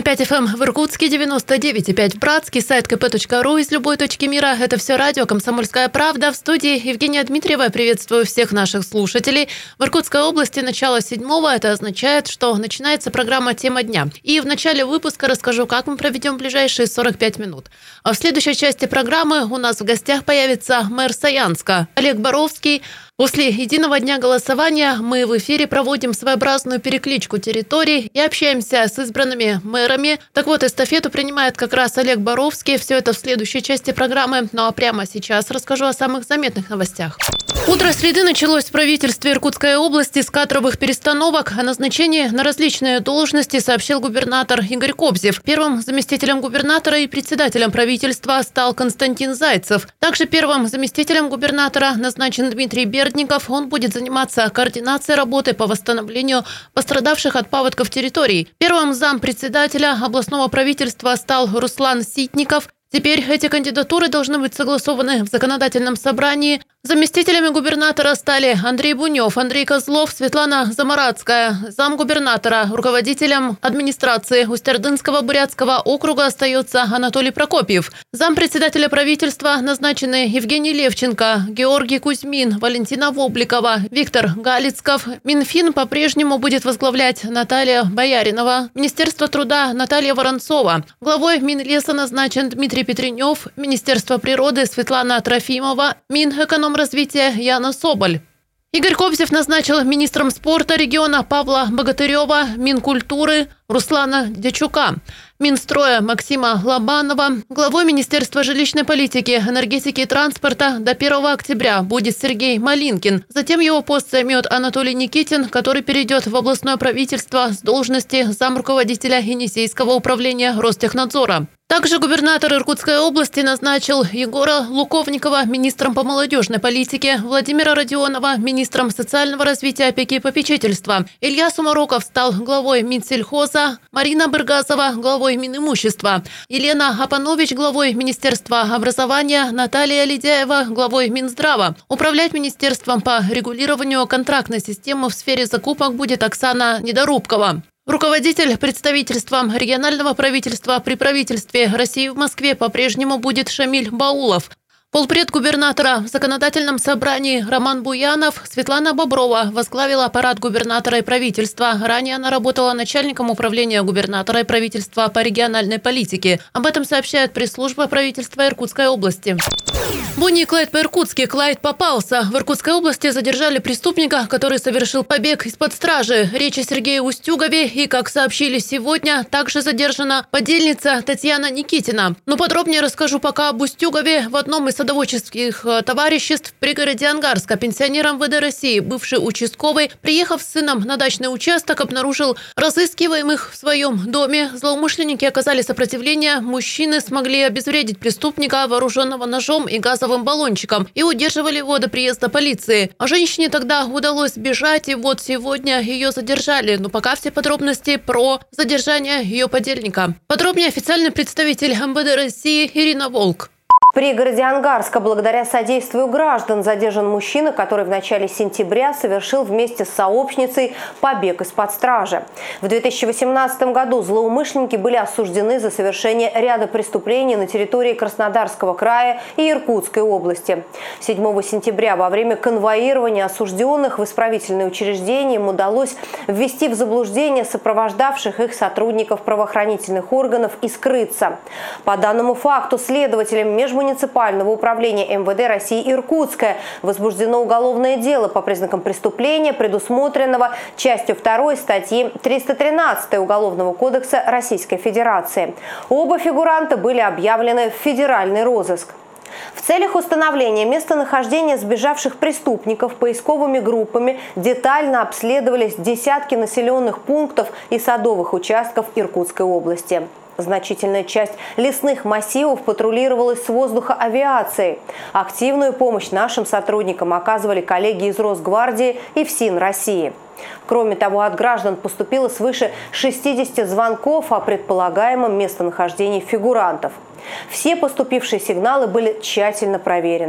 105 FM в Иркутске, 99,5 в Братске, сайт kp.ru из любой точки мира. Это все радио «Комсомольская правда». В студии Евгения Дмитриева. Приветствую всех наших слушателей. В Иркутской области начало 7-го. Это означает, что начинается программа «Тема дня». И в начале выпуска расскажу, как мы проведем ближайшие 45 минут. А в следующей части программы у нас в гостях появится мэр Саянска Олег Боровский. После единого дня голосования мы в эфире проводим своеобразную перекличку территорий и общаемся с избранными мэрами. Так вот, эстафету принимает как раз Олег Боровский. Все это в следующей части программы. Ну а прямо сейчас расскажу о самых заметных новостях. Утро среды началось в правительстве Иркутской области с кадровых перестановок. О назначении на различные должности сообщил губернатор Игорь Кобзев. Первым заместителем губернатора и председателем правительства стал Константин Зайцев. Также первым заместителем губернатора назначен Дмитрий Бердников. Он будет заниматься координацией работы по восстановлению пострадавших от паводков территорий. Первым зампредседателя областного правительства стал Руслан Ситников. Теперь эти кандидатуры должны быть согласованы в законодательном собрании. Заместителями губернатора стали Андрей Бунев, Андрей Козлов, Светлана Замарадская. Замгубернатора, руководителем администрации Усть-Ордынского бурятского округа остается Анатолий Прокопьев. Зампредседателя правительства назначены Евгений Левченко, Георгий Кузьмин, Валентина Вобликова, Виктор Галицков. Минфин по-прежнему будет возглавлять Наталья Бояринова. Министерство труда Наталья Воронцова. Главой Минлеса назначен Дмитрий Петренев, Министерство природы Светлана Трофимова, Минэкономразвития Яна Соболь. Игорь Кобзев назначил министром спорта региона Павла Богатырева, Минкультуры Руслана Дячука, Минстроя Максима Лобанова. Главой Министерства жилищной политики, энергетики и транспорта до 1 октября будет Сергей Малинкин. Затем его пост займет Анатолий Никитин, который перейдет в областное правительство с должности замруководителя Енисейского управления Ростехнадзора. Также губернатор Иркутской области назначил Егора Луковникова министром по молодежной политике, Владимира Родионова министром социального развития, опеки и попечительства. Илья Сумароков стал главой Минсельхоза, Марина Быргазова главой Минимущества, Елена Апанович главой Министерства образования, Наталья Ледяева главой Минздрава. Управлять министерством по регулированию контрактной системы в сфере закупок будет Оксана Недорубкова. Руководитель представительства регионального правительства при правительстве России в Москве по-прежнему будет Шамиль Баулов. Полпред губернатора в законодательном собрании Роман Буянов. Светлана Боброва возглавила аппарат губернатора и правительства. Ранее она работала начальником управления губернатора и правительства по региональной политике. Об этом сообщает пресс-служба правительства Иркутской области. Бонни и Клайд по-иркутски. Клайд попался. В Иркутской области задержали преступника, который совершил побег из-под стражи. Речь о Сергее Устюгове. И, как сообщили сегодня, также задержана подельница Татьяна Никитина. Но подробнее расскажу пока об Устюгове. В одном из садоводческих товариществ в пригороде Ангарска пенсионер МВД России, бывший участковый, приехав с сыном на дачный участок, обнаружил разыскиваемых в своем доме. Злоумышленники оказали сопротивление. Мужчины смогли обезвредить преступника, вооруженного ножом и газовым баллончиком, и удерживали его до приезда полиции. А женщине тогда удалось сбежать, и вот сегодня ее задержали. Но пока все подробности про задержание ее подельника. Подробнее официальный представитель МВД России Ирина Волк. В пригороде Ангарска благодаря содействию граждан задержан мужчина, который в начале сентября совершил вместе с сообщницей побег из-под стражи. В 2018 году злоумышленники были осуждены за совершение ряда преступлений на территории Краснодарского края и Иркутской области. 7 сентября во время конвоирования осужденных в исправительные учреждения им удалось ввести в заблуждение сопровождавших их сотрудников правоохранительных органов и скрыться. По данному факту следователям Межмуниципального управления МВД России Иркутская возбуждено уголовное дело по признакам преступления, предусмотренного частью 2 статьи 313 Уголовного кодекса Российской Федерации. Оба фигуранта были объявлены в федеральный розыск. В целях установления местонахождения сбежавших преступников поисковыми группами детально обследовались десятки населенных пунктов и садовых участков Иркутской области. Значительная часть лесных массивов патрулировалась с воздуха авиацией. Активную помощь нашим сотрудникам оказывали коллеги из Росгвардии и ФСИН России. Кроме того, от граждан поступило свыше 60 звонков о предполагаемом местонахождении фигурантов. Все поступившие сигналы были тщательно проверены.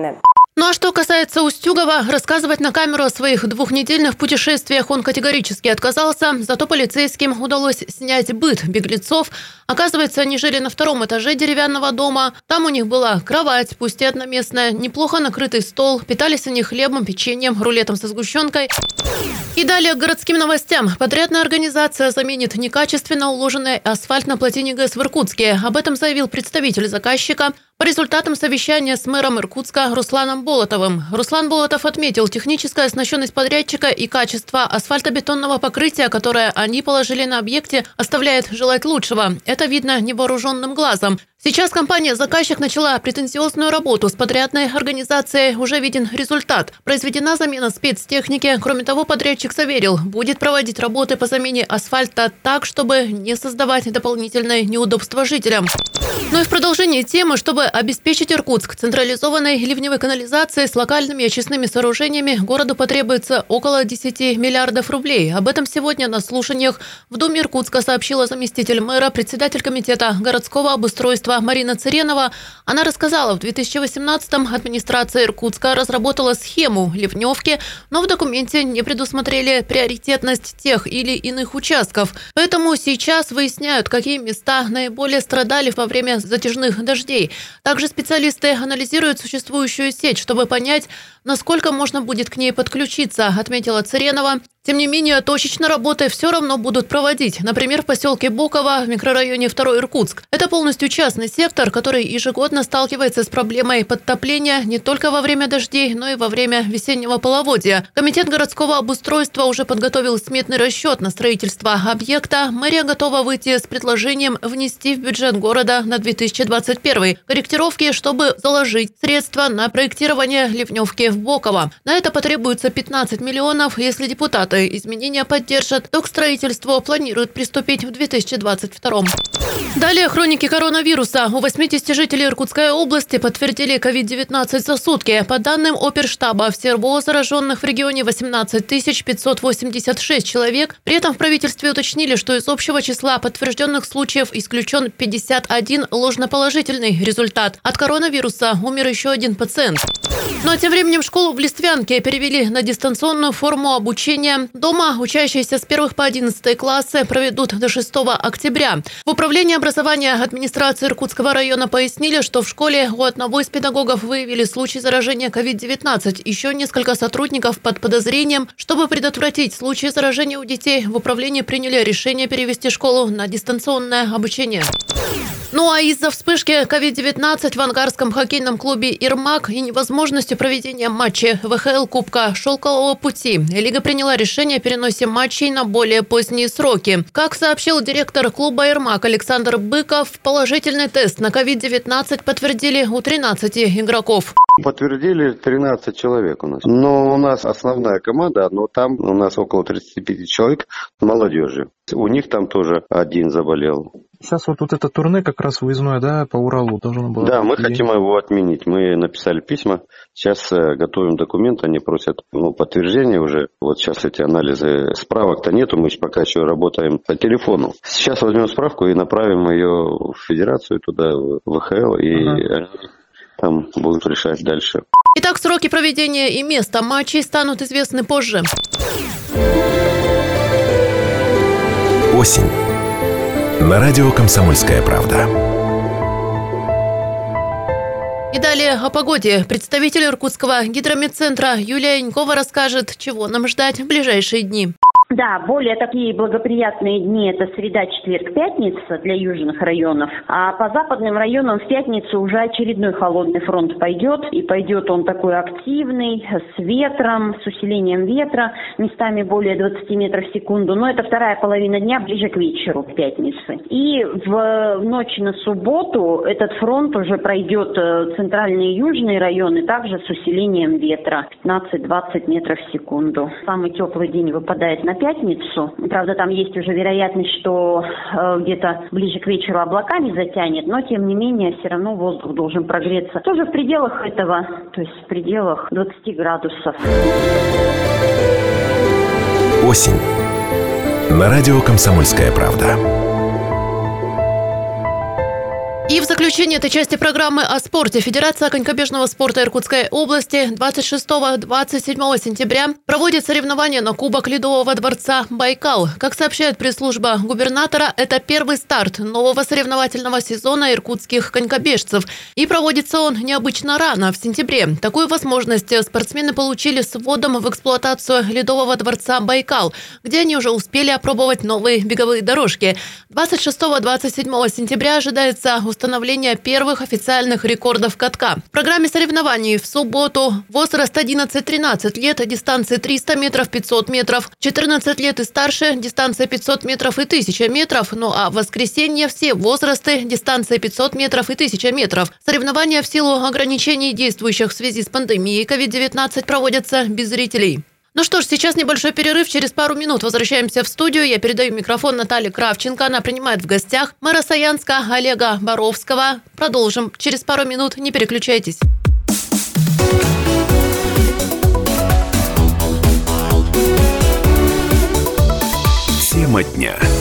Ну а что касается Устюгова, рассказывать на камеру о своих двухнедельных путешествиях он категорически отказался, зато полицейским удалось снять быт беглецов. Оказывается, они жили на 2-м этаже деревянного дома. Там у них была кровать, пусть и одноместная, неплохо накрытый стол. Питались они хлебом, печеньем, рулетом со сгущенкой. И далее к городским новостям. Подрядная организация заменит некачественно уложенный асфальт на плотине ГЭС в Иркутске. Об этом заявил представитель заказчика. По результатам совещания с мэром Иркутска Русланом Болотовым. Руслан Болотов отметил техническую оснащенность подрядчика и качество асфальтобетонного покрытия, которое они положили на объекте, оставляет желать лучшего. Это видно невооруженным глазом. Сейчас компания-заказчик начала претенциозную работу с подрядной организацией. Уже виден результат. Произведена замена спецтехники. Кроме того, подрядчик заверил, будет проводить работы по замене асфальта так, чтобы не создавать дополнительные неудобства жителям. Ну и в продолжении темы, чтобы обеспечить Иркутск централизованной ливневой канализацией с локальными очистными сооружениями, городу потребуется около 10 миллиардов рублей. Об этом сегодня на слушаниях в Думе Иркутска сообщила заместитель мэра, председатель комитета городского обустройства Марина Цыренова. Она рассказала, в 2018-м администрация Иркутска разработала схему ливневки, но в документе не предусмотрели приоритетность тех или иных участков. Поэтому сейчас выясняют, какие места наиболее страдали во время затяжных дождей. Также специалисты анализируют существующую сеть, чтобы понять, насколько можно будет к ней подключиться, отметила Цыренова. Тем не менее, точечно работы все равно будут проводить. Например, в поселке Боково в микрорайоне 2 Иркутск. Это полностью частный сектор, который ежегодно сталкивается с проблемой подтопления не только во время дождей, но и во время весеннего половодья. Комитет городского обустройства уже подготовил сметный расчет на строительство объекта. Мэрия готова выйти с предложением внести в бюджет города на 2021 корректировки, чтобы заложить средства на проектирование ливневки в Боково. На это потребуется 15 миллионов. Если депутаты изменения поддержат, то к строительству планируют приступить в 2022. Далее хроники коронавируса. У 80 жителей Иркутской области подтвердили COVID-19 за сутки. По данным оперштаба, всего зараженных в регионе 18 586 человек. При этом в правительстве уточнили, что из общего числа подтвержденных случаев исключен 51 ложноположительный результат. От коронавируса умер еще один пациент. Ну а тем временем школу в Листвянке перевели на дистанционную форму обучения. Дома учащиеся с 1 по 11 классы проведут до 6 октября. В управлении образования администрации Иркутского района пояснили, что в школе у одного из педагогов выявили случай заражения COVID-19. Еще несколько сотрудников под подозрением. Чтобы предотвратить случаи заражения у детей, в управлении приняли решение перевести школу на дистанционное обучение. Ну а из-за вспышки COVID-19 в ангарском хоккейном клубе «Ирмак» и невозможности проведения матча ВХЛ Кубка Шелкового пути лига приняла решение о переносе матчей на более поздние сроки. Как сообщил директор клуба «Ирмак» Александр Быков, положительный тест на COVID-19 подтвердили у 13 игроков. Подтвердили 13 человек у нас. Но у нас основная команда, но там у нас около 35 человек молодежи. У них там тоже один заболел. Сейчас вот это турне как раз выездное, да, по Уралу должно было. Да, мы хотим его отменить. Мы написали письма. Сейчас готовим документы, они просят подтверждение уже. Вот сейчас эти анализы, справок-то нету, мы пока еще работаем по телефону. Сейчас возьмем справку и направим ее в федерацию, туда, в ВХЛ, и там будут решать дальше. Итак, сроки проведения и место матчей станут известны позже. Осень. На радио «Комсомольская правда». И далее о погоде. Представитель Иркутского гидрометцентра Юлия Янькова расскажет, чего нам ждать в ближайшие дни. Да, более такие благоприятные дни – это среда, четверг, пятница для южных районов. А по западным районам в пятницу уже очередной холодный фронт пойдет. И пойдет он такой активный, с ветром, с усилением ветра, местами более 20 метров в секунду. Но это вторая половина дня, ближе к вечеру, к пятнице. И в ночь на субботу этот фронт уже пройдет центральные и южные районы, также с усилением ветра, 15-20 метров в секунду. Самый теплый день выпадает на пятницу. Правда, там есть уже вероятность, что где-то ближе к вечеру облаками затянет, но тем не менее все равно воздух должен прогреться. Тоже в пределах этого, то есть в пределах 20 градусов. Осень. На радио «Комсомольская правда». И в заключение этой части программы о спорте Федерация конькобежного спорта Иркутской области 26-27 сентября проводит соревнования на Кубок Ледового дворца «Байкал». Как сообщает пресс-служба губернатора, это первый старт нового соревновательного сезона иркутских конькобежцев. И проводится он необычно рано, в сентябре. Такую возможность спортсмены получили с вводом в эксплуатацию Ледового дворца «Байкал», где они уже успели опробовать новые беговые дорожки. 26-27 сентября ожидается установление первых официальных рекордов катка. В программе соревнований в субботу возраст 11-13 лет, дистанции 300 метров, 500 метров, 14 лет и старше, дистанция 500 метров и 1000 метров, ну а в воскресенье все возрасты, дистанция 500 метров и 1000 метров. Соревнования в силу ограничений, действующих в связи с пандемией COVID-19, проводятся без зрителей. Ну что ж, сейчас небольшой перерыв. Через пару минут возвращаемся в студию. Я передаю микрофон Наталье Кравченко. Она принимает в гостях мэра Саянска Олега Боровского. Продолжим через пару минут. Не переключайтесь. Тема дня.